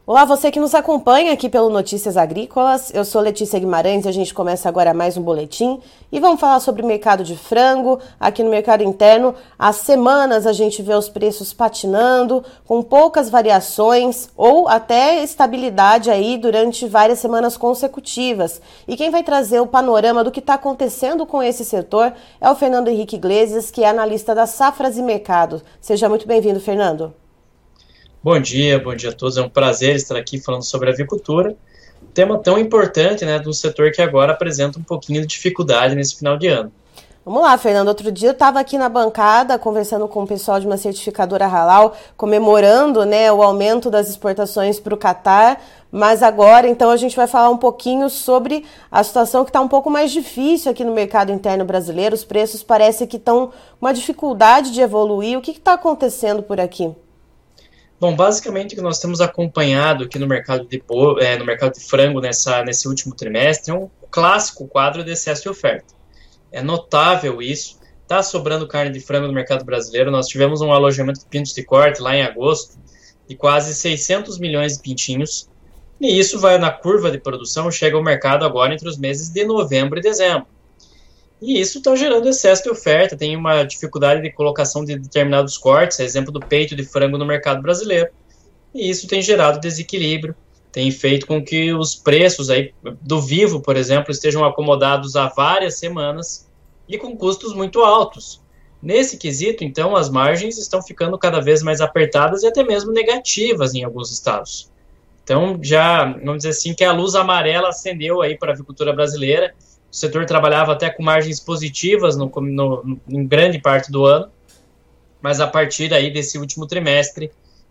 Olá, você que nos acompanha aqui pelo Notícias Agrícolas. Eu sou Letícia Guimarães e a gente começa agora mais um boletim e vamos falar sobre o mercado de frango. Aqui no mercado interno, há semanas a gente vê os preços patinando, com poucas variações ou até estabilidade aí durante várias semanas consecutivas. E quem vai trazer o panorama do que está acontecendo com esse setor é o Fernando Henrique Iglesias, que é analista da Safras e Mercado. Seja muito bem-vindo, Fernando. Bom dia a todos. É um prazer estar aqui falando sobre avicultura, um tema tão importante, né, de um setor que agora apresenta um pouquinho de dificuldade nesse final de ano. Vamos lá, Fernando. Outro dia eu estava aqui na bancada conversando com o pessoal de uma certificadora halal, comemorando, né, o aumento das exportações para o Catar, mas agora, então, a gente vai falar um pouquinho sobre a situação que está um pouco mais difícil aqui no mercado interno brasileiro. Os preços parecem que estão com uma dificuldade de evoluir. O que está acontecendo por aqui? Bom, basicamente o que nós temos acompanhado aqui no mercado de frango nesse último trimestre é um clássico quadro de excesso de oferta. É notável isso. Está sobrando carne de frango no mercado brasileiro. Nós tivemos um alojamento de pintos de corte lá em agosto de quase 600 milhões de pintinhos. E isso vai na curva de produção, chega ao mercado agora entre os meses de novembro e dezembro. E isso está gerando excesso de oferta, tem uma dificuldade de colocação de determinados cortes, exemplo do peito de frango no mercado brasileiro, e isso tem gerado desequilíbrio, tem feito com que os preços aí do vivo, por exemplo, estejam acomodados há várias semanas e com custos muito altos. Nesse quesito, então, as margens estão ficando cada vez mais apertadas e até mesmo negativas em alguns estados. Então, já, vamos dizer assim, que a luz amarela acendeu aí para a avicultura brasileira. O setor trabalhava até com margens positivas em grande parte do ano, mas a partir aí desse último trimestre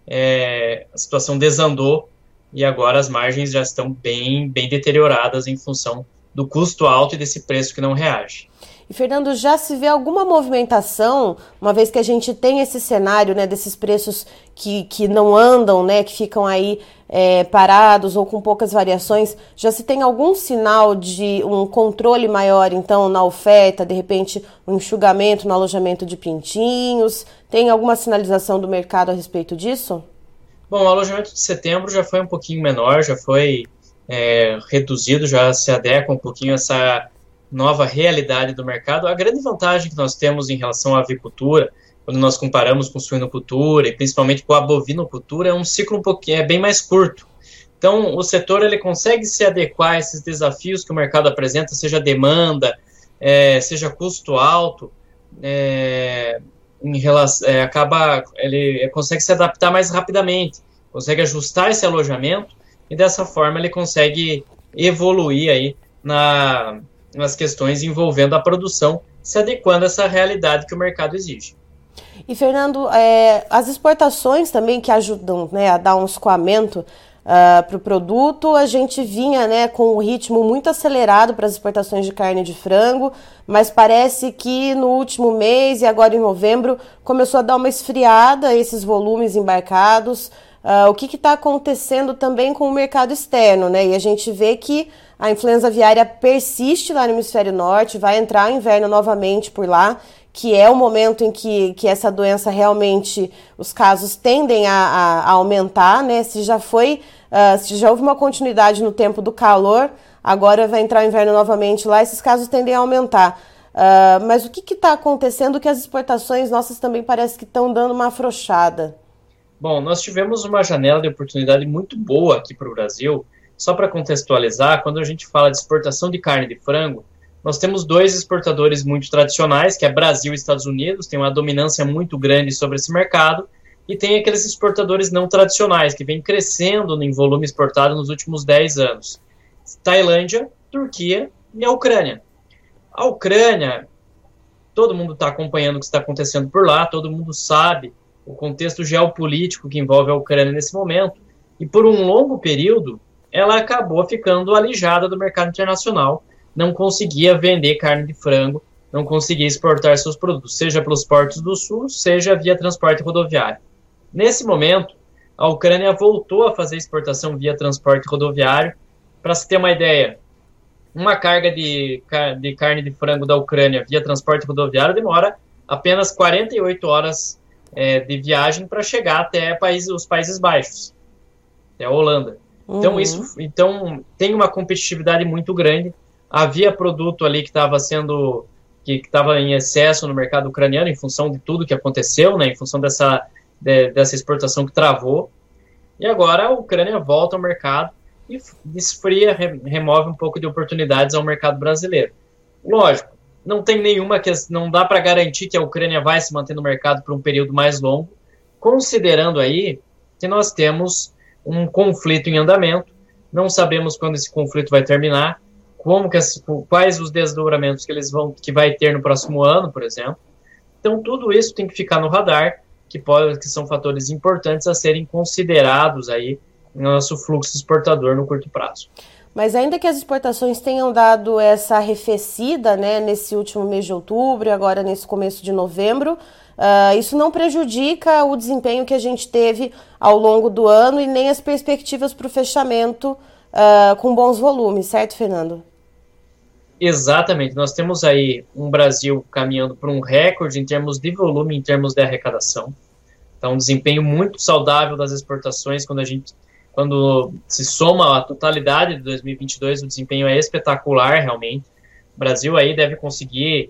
a situação desandou e agora as margens já estão bem deterioradas em função do custo alto e desse preço que não reage. E, Fernando, já se vê alguma movimentação, uma vez que a gente tem esse cenário, né, desses preços que não andam, né, que ficam aí parados ou com poucas variações, já se tem algum sinal de um controle maior, então, na oferta, de repente, um enxugamento no alojamento de pintinhos? Tem alguma sinalização do mercado a respeito disso? Bom, o alojamento de setembro já foi um pouquinho menor, já foi reduzido, já se adequa um pouquinho a essa nova realidade do mercado. A grande vantagem que nós temos em relação à avicultura, quando nós comparamos com suinocultura e principalmente com a bovinocultura, é um ciclo bem mais curto. Então, o setor ele consegue se adequar a esses desafios que o mercado apresenta, seja demanda, seja custo alto, ele consegue se adaptar mais rapidamente, consegue ajustar esse alojamento e dessa forma ele consegue evoluir aí nas questões envolvendo a produção, se adequando a essa realidade que o mercado exige. E, Fernando, as exportações também que ajudam, né, a dar um escoamento para o produto, a gente vinha, né, com um ritmo muito acelerado para as exportações de carne de frango, mas parece que no último mês e agora em novembro começou a dar uma esfriada esses volumes embarcados. O que está acontecendo também com o mercado externo, né? E a gente vê que a influenza aviária persiste lá no hemisfério norte, vai entrar o inverno novamente por lá, que é o momento em que essa doença realmente, os casos tendem a aumentar, né? Se já houve uma continuidade no tempo do calor, agora vai entrar o inverno novamente lá, esses casos tendem a aumentar. Mas o que está acontecendo que as exportações nossas também parece que estão dando uma afrouxada? Bom, nós tivemos uma janela de oportunidade muito boa aqui para o Brasil. Só para contextualizar, quando a gente fala de exportação de carne de frango, nós temos dois exportadores muito tradicionais, que é Brasil e Estados Unidos, tem uma dominância muito grande sobre esse mercado, e tem aqueles exportadores não tradicionais, que vem crescendo em volume exportado nos últimos 10 anos. Tailândia, Turquia e a Ucrânia. A Ucrânia, todo mundo está acompanhando o que está acontecendo por lá, todo mundo sabe o contexto geopolítico que envolve a Ucrânia nesse momento, e por um longo período, ela acabou ficando alijada do mercado internacional, não conseguia vender carne de frango, não conseguia exportar seus produtos, seja pelos portos do sul, seja via transporte rodoviário. Nesse momento, a Ucrânia voltou a fazer exportação via transporte rodoviário. Para se ter uma ideia, uma carga de carne de frango da Ucrânia via transporte rodoviário demora apenas 48 horas de viagem para chegar até os Países Baixos. é a Holanda. Então, então tem uma competitividade muito grande. Havia produto ali que estava em excesso no mercado ucraniano em função de tudo que aconteceu, né, em função dessa exportação que travou. E agora a Ucrânia volta ao mercado e esfria, remove um pouco de oportunidades ao mercado brasileiro. Lógico, não tem nenhuma que não dá para garantir que a Ucrânia vai se manter no mercado por um período mais longo, considerando aí que nós temos um conflito em andamento, não sabemos quando esse conflito vai terminar, quais os desdobramentos que vai ter no próximo ano, por exemplo. Então tudo isso tem que ficar no radar, que são fatores importantes a serem considerados aí no nosso fluxo exportador no curto prazo. Mas ainda que as exportações tenham dado essa arrefecida, né, nesse último mês de outubro e agora nesse começo de novembro, isso não prejudica o desempenho que a gente teve ao longo do ano e nem as perspectivas para o fechamento com bons volumes, certo, Fernando? Exatamente. Nós temos aí um Brasil caminhando por um recorde em termos de volume, em termos de arrecadação. Então, um desempenho muito saudável das exportações quando se soma a totalidade de 2022, o desempenho é espetacular, realmente. O Brasil aí deve conseguir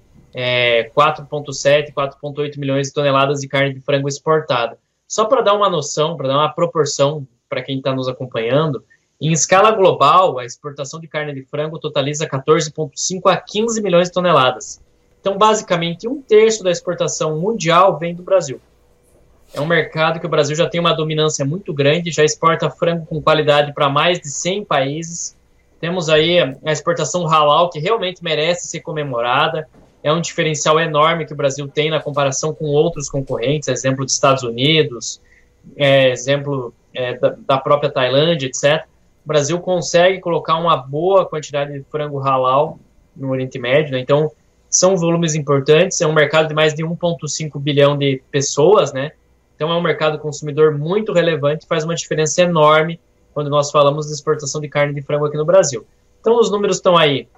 4,7, 4,8 milhões de toneladas de carne de frango exportada. Só para dar uma noção, para dar uma proporção para quem está nos acompanhando, em escala global, a exportação de carne de frango totaliza 14,5 a 15 milhões de toneladas. Então, basicamente, 1/3 da exportação mundial vem do Brasil. É um mercado que o Brasil já tem uma dominância muito grande, já exporta frango com qualidade para mais de 100 países. Temos aí a exportação halal, que realmente merece ser comemorada. É um diferencial enorme que o Brasil tem na comparação com outros concorrentes, exemplo dos Estados Unidos, exemplo da própria Tailândia, etc. O Brasil consegue colocar uma boa quantidade de frango halal no Oriente Médio, né? Então, são volumes importantes, é um mercado de mais de 1,5 bilhão de pessoas, né? Então, é um mercado consumidor muito relevante, faz uma diferença enorme quando nós falamos de exportação de carne de frango aqui no Brasil. Então, os números estão aí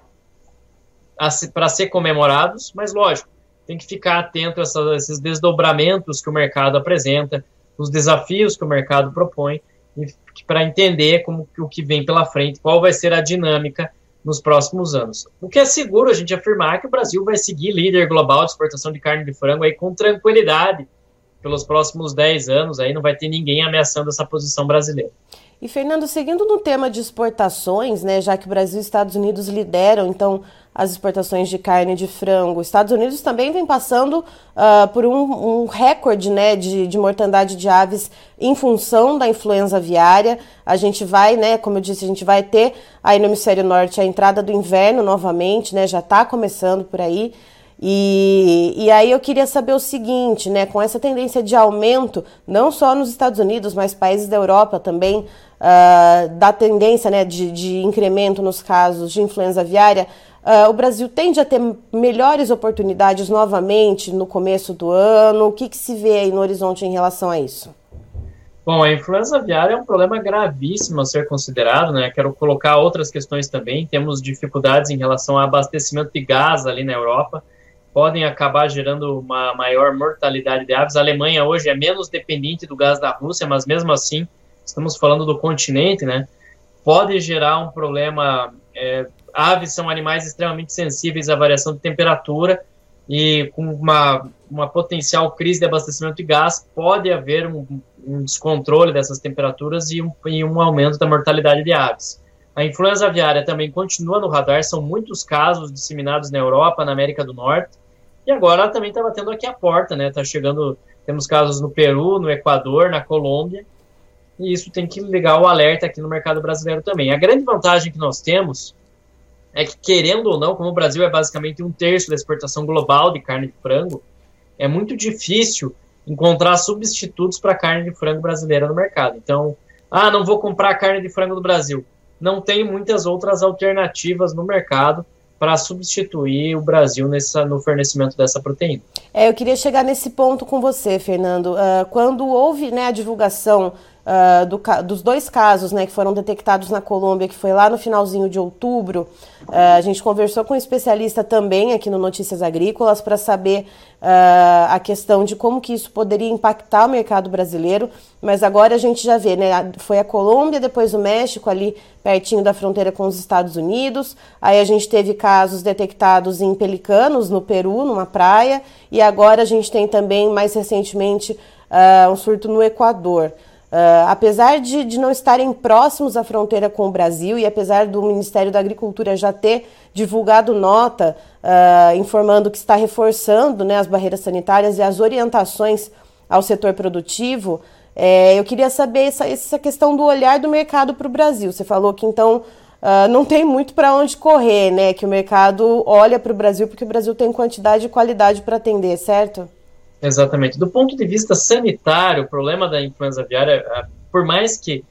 para ser comemorados, mas, lógico, tem que ficar atento a esses desdobramentos que o mercado apresenta, os desafios que o mercado propõe, para entender o que vem pela frente, qual vai ser a dinâmica nos próximos anos. O que é seguro a gente afirmar que o Brasil vai seguir líder global de exportação de carne de frango aí com tranquilidade pelos próximos 10 anos, aí não vai ter ninguém ameaçando essa posição brasileira. E, Fernando, seguindo no tema de exportações, né, já que o Brasil e Estados Unidos lideram, então, as exportações de carne de frango, os Estados Unidos também vem passando por um recorde, né, de mortandade de aves em função da influenza aviária. A gente vai, né, como eu disse, a gente vai ter aí no hemisfério norte a entrada do inverno novamente, né, já está começando por aí. E aí eu queria saber o seguinte, né, com essa tendência de aumento, não só nos Estados Unidos, mas países da Europa também, da tendência, né, de incremento nos casos de influenza aviária, o Brasil tende a ter melhores oportunidades novamente no começo do ano? O que se vê aí no horizonte em relação a isso? Bom, a influenza aviária é um problema gravíssimo a ser considerado, né? Quero colocar outras questões também. Temos dificuldades em relação ao abastecimento de gás ali na Europa, podem acabar gerando uma maior mortalidade de aves. A Alemanha hoje é menos dependente do gás da Rússia, mas mesmo assim, estamos falando do continente, né? Pode gerar um problema. Aves são animais extremamente sensíveis à variação de temperatura e com uma potencial crise de abastecimento de gás, pode haver um descontrole dessas temperaturas e um aumento da mortalidade de aves. A influenza aviária também continua no radar, são muitos casos disseminados na Europa, na América do Norte, e agora ela também está batendo aqui a porta, né? Tá chegando, temos casos no Peru, no Equador, na Colômbia, e isso tem que ligar o alerta aqui no mercado brasileiro também. A grande vantagem que nós temos é que, querendo ou não, como o Brasil é basicamente 1/3 da exportação global de carne de frango, é muito difícil encontrar substitutos para a carne de frango brasileira no mercado. Então, não vou comprar carne de frango do Brasil. Não tem muitas outras alternativas no mercado para substituir o Brasil no fornecimento dessa proteína. Eu queria chegar nesse ponto com você, Fernando. Quando houve, né, a divulgação dos 2 casos, né, que foram detectados na Colômbia, que foi lá no finalzinho de outubro. A gente conversou com um especialista também aqui no Notícias Agrícolas para saber a questão de como que isso poderia impactar o mercado brasileiro, mas agora a gente já vê, né, foi a Colômbia, depois o México, ali pertinho da fronteira com os Estados Unidos, aí a gente teve casos detectados em pelicanos, no Peru, numa praia, e agora a gente tem também, mais recentemente, um surto no Equador. Apesar de não estarem próximos à fronteira com o Brasil e apesar do Ministério da Agricultura já ter divulgado nota informando que está reforçando, né, as barreiras sanitárias e as orientações ao setor produtivo, eu queria saber essa questão do olhar do mercado para o Brasil. Você falou que então não tem muito para onde correr, né, que o mercado olha para o Brasil porque o Brasil tem quantidade e qualidade para atender, certo? Exatamente. Do ponto de vista sanitário, o problema da influenza aviária, por mais que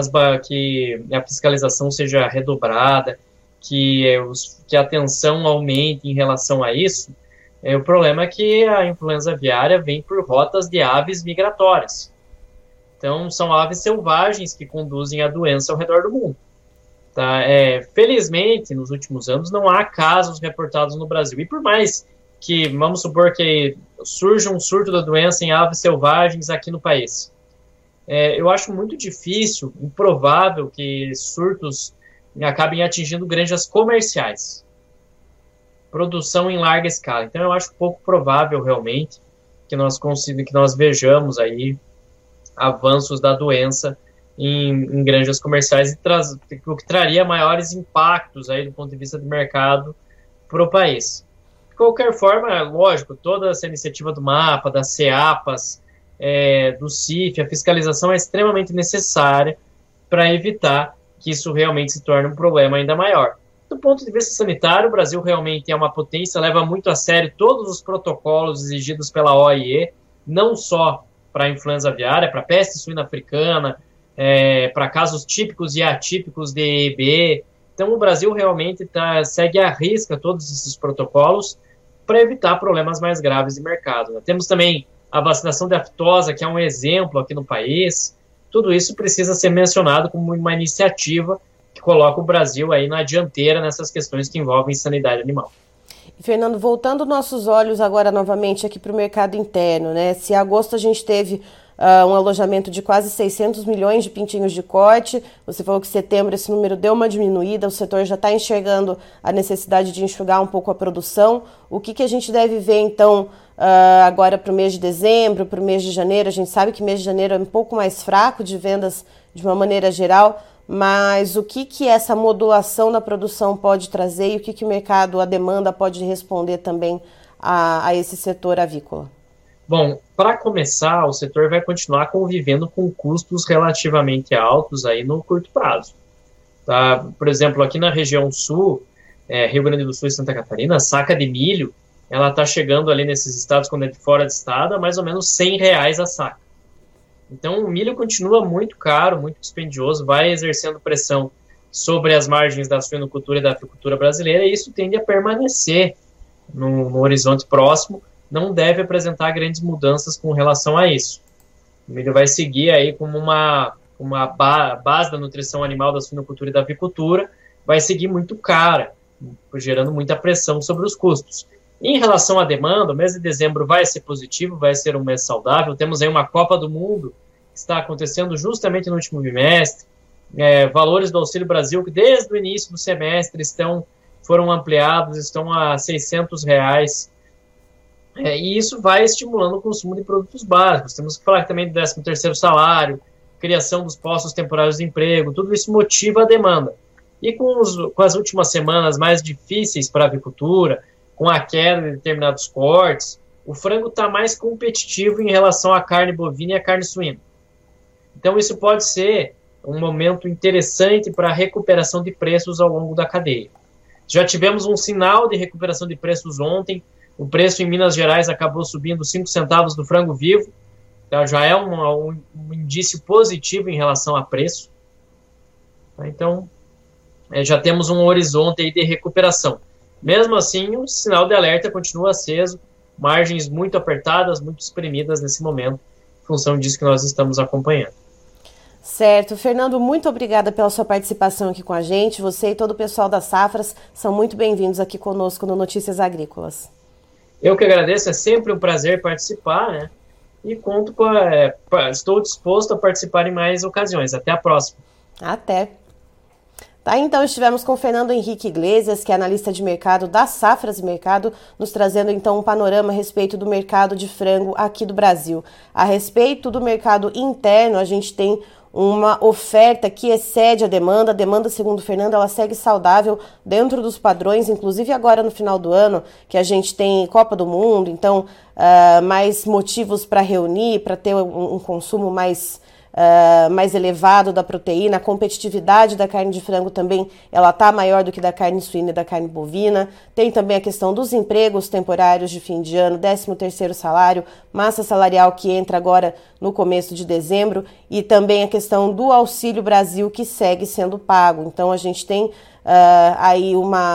a fiscalização seja redobrada, que a atenção aumente em relação a isso, o problema é que a influenza aviária vem por rotas de aves migratórias. Então, são aves selvagens que conduzem a doença ao redor do mundo. Tá? Felizmente, nos últimos anos, não há casos reportados no Brasil. E por mais que, vamos supor que surja um surto da doença em aves selvagens aqui no país. Eu acho muito difícil, improvável que surtos acabem atingindo granjas comerciais. Produção em larga escala. Então, eu acho pouco provável, realmente, que nós vejamos aí avanços da doença em granjas comerciais, o que traria maiores impactos aí do ponto de vista do mercado para o país. De qualquer forma, lógico, toda essa iniciativa do MAPA, das CEAPAS, do CIF, a fiscalização é extremamente necessária para evitar que isso realmente se torne um problema ainda maior. Do ponto de vista sanitário, o Brasil realmente é uma potência, leva muito a sério todos os protocolos exigidos pela OIE, não só para a influenza aviária, para a peste suína africana, para casos típicos e atípicos de EB. Então, o Brasil realmente segue à risca todos esses protocolos para evitar problemas mais graves de mercado, né? Temos também a vacinação de aftosa, que é um exemplo aqui no país. Tudo isso precisa ser mencionado como uma iniciativa que coloca o Brasil aí na dianteira nessas questões que envolvem sanidade animal. Fernando, voltando nossos olhos agora novamente aqui para o mercado interno, né? Se em agosto a gente teve um alojamento de quase 600 milhões de pintinhos de corte, você falou que em setembro esse número deu uma diminuída, o setor já está enxergando a necessidade de enxugar um pouco a produção. O que a gente deve ver, então, agora para o mês de dezembro, para o mês de janeiro? A gente sabe que mês de janeiro é um pouco mais fraco de vendas de uma maneira geral, mas o que essa modulação da produção pode trazer e o que o mercado, a demanda, pode responder também a esse setor avícola? Bom, para começar, o setor vai continuar convivendo com custos relativamente altos aí no curto prazo. Tá? Por exemplo, aqui na região sul, Rio Grande do Sul e Santa Catarina, a saca de milho, ela está chegando ali nesses estados, quando é de fora de estado, a mais ou menos R$100 a saca. Então, o milho continua muito caro, muito dispendioso, vai exercendo pressão sobre as margens da suinocultura e da avicultura brasileira, e isso tende a permanecer no horizonte próximo, não deve apresentar grandes mudanças com relação a isso. O milho vai seguir aí como uma base da nutrição animal da suinocultura e da avicultura, vai seguir muito cara, gerando muita pressão sobre os custos. Em relação à demanda, o mês de dezembro vai ser positivo, vai ser um mês saudável. Temos aí uma Copa do Mundo que está acontecendo justamente no último bimestre. Valores do Auxílio Brasil, que desde o início do semestre foram ampliados, estão a R$600. E isso vai estimulando o consumo de produtos básicos. Temos que falar também do 13º salário, criação dos postos temporários de emprego, tudo isso motiva a demanda. E com as últimas semanas mais difíceis para a avicultura, com a queda de determinados cortes, o frango está mais competitivo em relação à carne bovina e à carne suína. Então isso pode ser um momento interessante para a recuperação de preços ao longo da cadeia. Já tivemos um sinal de recuperação de preços ontem. O preço em Minas Gerais acabou subindo 5 centavos do frango vivo. Já é um indício positivo em relação a preço. Então, já temos um horizonte aí de recuperação. Mesmo assim, o sinal de alerta continua aceso, margens muito apertadas, muito espremidas nesse momento, em função disso que nós estamos acompanhando. Certo. Fernando, muito obrigada pela sua participação aqui com a gente. Você e todo o pessoal das safras são muito bem-vindos aqui conosco no Notícias Agrícolas. Eu que agradeço, é sempre um prazer participar, né? E conto estou disposto a participar em mais ocasiões. Até a próxima. Até. Tá, então estivemos com o Fernando Henrique Iglesias, que é analista de mercado da Safras e Mercado, nos trazendo então um panorama a respeito do mercado de frango aqui do Brasil. A respeito do mercado interno, a gente tem uma oferta que excede a demanda. A demanda, segundo o Fernando, ela segue saudável dentro dos padrões, inclusive agora no final do ano, que a gente tem Copa do Mundo, então mais motivos para reunir, para ter um consumo mais elevado da proteína. A competitividade da carne de frango também ela está maior do que da carne suína e da carne bovina. Tem também a questão dos empregos temporários de fim de ano, 13º salário, massa salarial que entra agora no começo de dezembro, e também a questão do Auxílio Brasil que segue sendo pago. Então a gente tem aí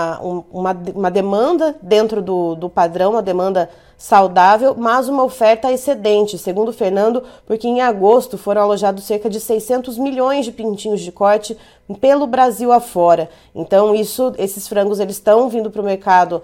uma demanda dentro do padrão, uma demanda saudável, mas uma oferta excedente, segundo o Fernando, porque em agosto foram alojados cerca de 600 milhões de pintinhos de corte pelo Brasil afora. Então esses frangos eles estão vindo para o mercado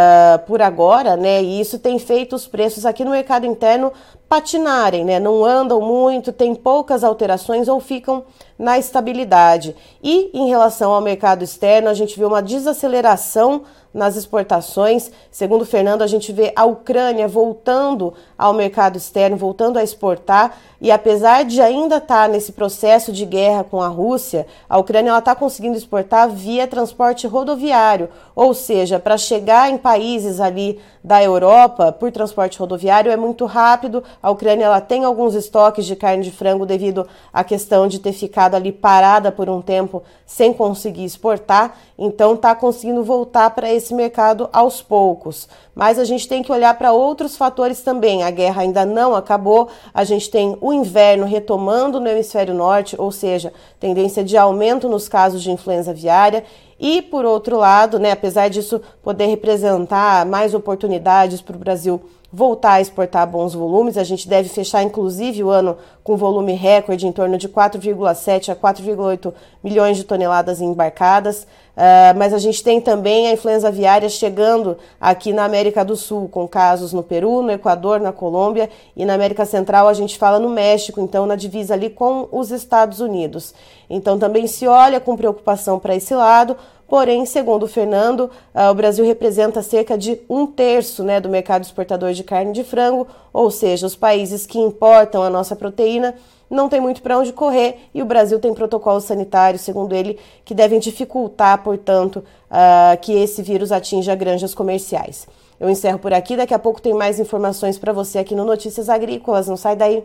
por agora, né? E isso tem feito os preços aqui no mercado interno patinarem, né? Não andam muito, tem poucas alterações ou ficam na estabilidade. E em relação ao mercado externo, a gente viu uma desaceleração nas exportações. Segundo o Fernando, a gente vê a Ucrânia voltando ao mercado externo, voltando a exportar, e apesar de ainda estar nesse processo de guerra com a Rússia, a Ucrânia está conseguindo exportar via transporte rodoviário, ou seja, para chegar em países ali da Europa por transporte rodoviário é muito rápido. A Ucrânia ela tem alguns estoques de carne de frango devido à questão de ter ficado ali parada por um tempo sem conseguir exportar, então está conseguindo voltar para esse mercado aos poucos. Mas a gente tem que olhar para outros fatores também. A guerra ainda não acabou, a gente tem o inverno retomando no hemisfério norte, ou seja, tendência de aumento nos casos de influenza aviária. E, por outro lado, né, apesar disso poder representar mais oportunidades para o Brasil voltar a exportar bons volumes, a gente deve fechar, inclusive, o ano com volume recorde em torno de 4,7 a 4,8 milhões de toneladas embarcadas. Mas a gente tem também a influenza aviária chegando aqui na América do Sul, com casos no Peru, no Equador, na Colômbia, e na América Central a gente fala no México, então na divisa ali com os Estados Unidos. Então também se olha com preocupação para esse lado. Porém, segundo o Fernando, o Brasil representa cerca de 1/3, né, do mercado exportador de carne de frango, ou seja, os países que importam a nossa proteína não tem muito para onde correr, e o Brasil tem protocolos sanitários, segundo ele, que devem dificultar, portanto, que esse vírus atinja granjas comerciais. Eu encerro por aqui, daqui a pouco tem mais informações para você aqui no Notícias Agrícolas, não sai daí.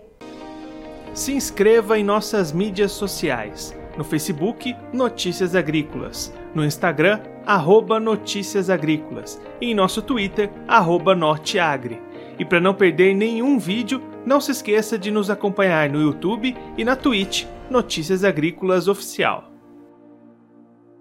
Se inscreva em nossas mídias sociais. No Facebook, Notícias Agrícolas. No Instagram, @Notícias Agrícolas. E em nosso Twitter, @Norteagri. E para não perder nenhum vídeo, não se esqueça de nos acompanhar no YouTube e na Twitch, Notícias Agrícolas Oficial.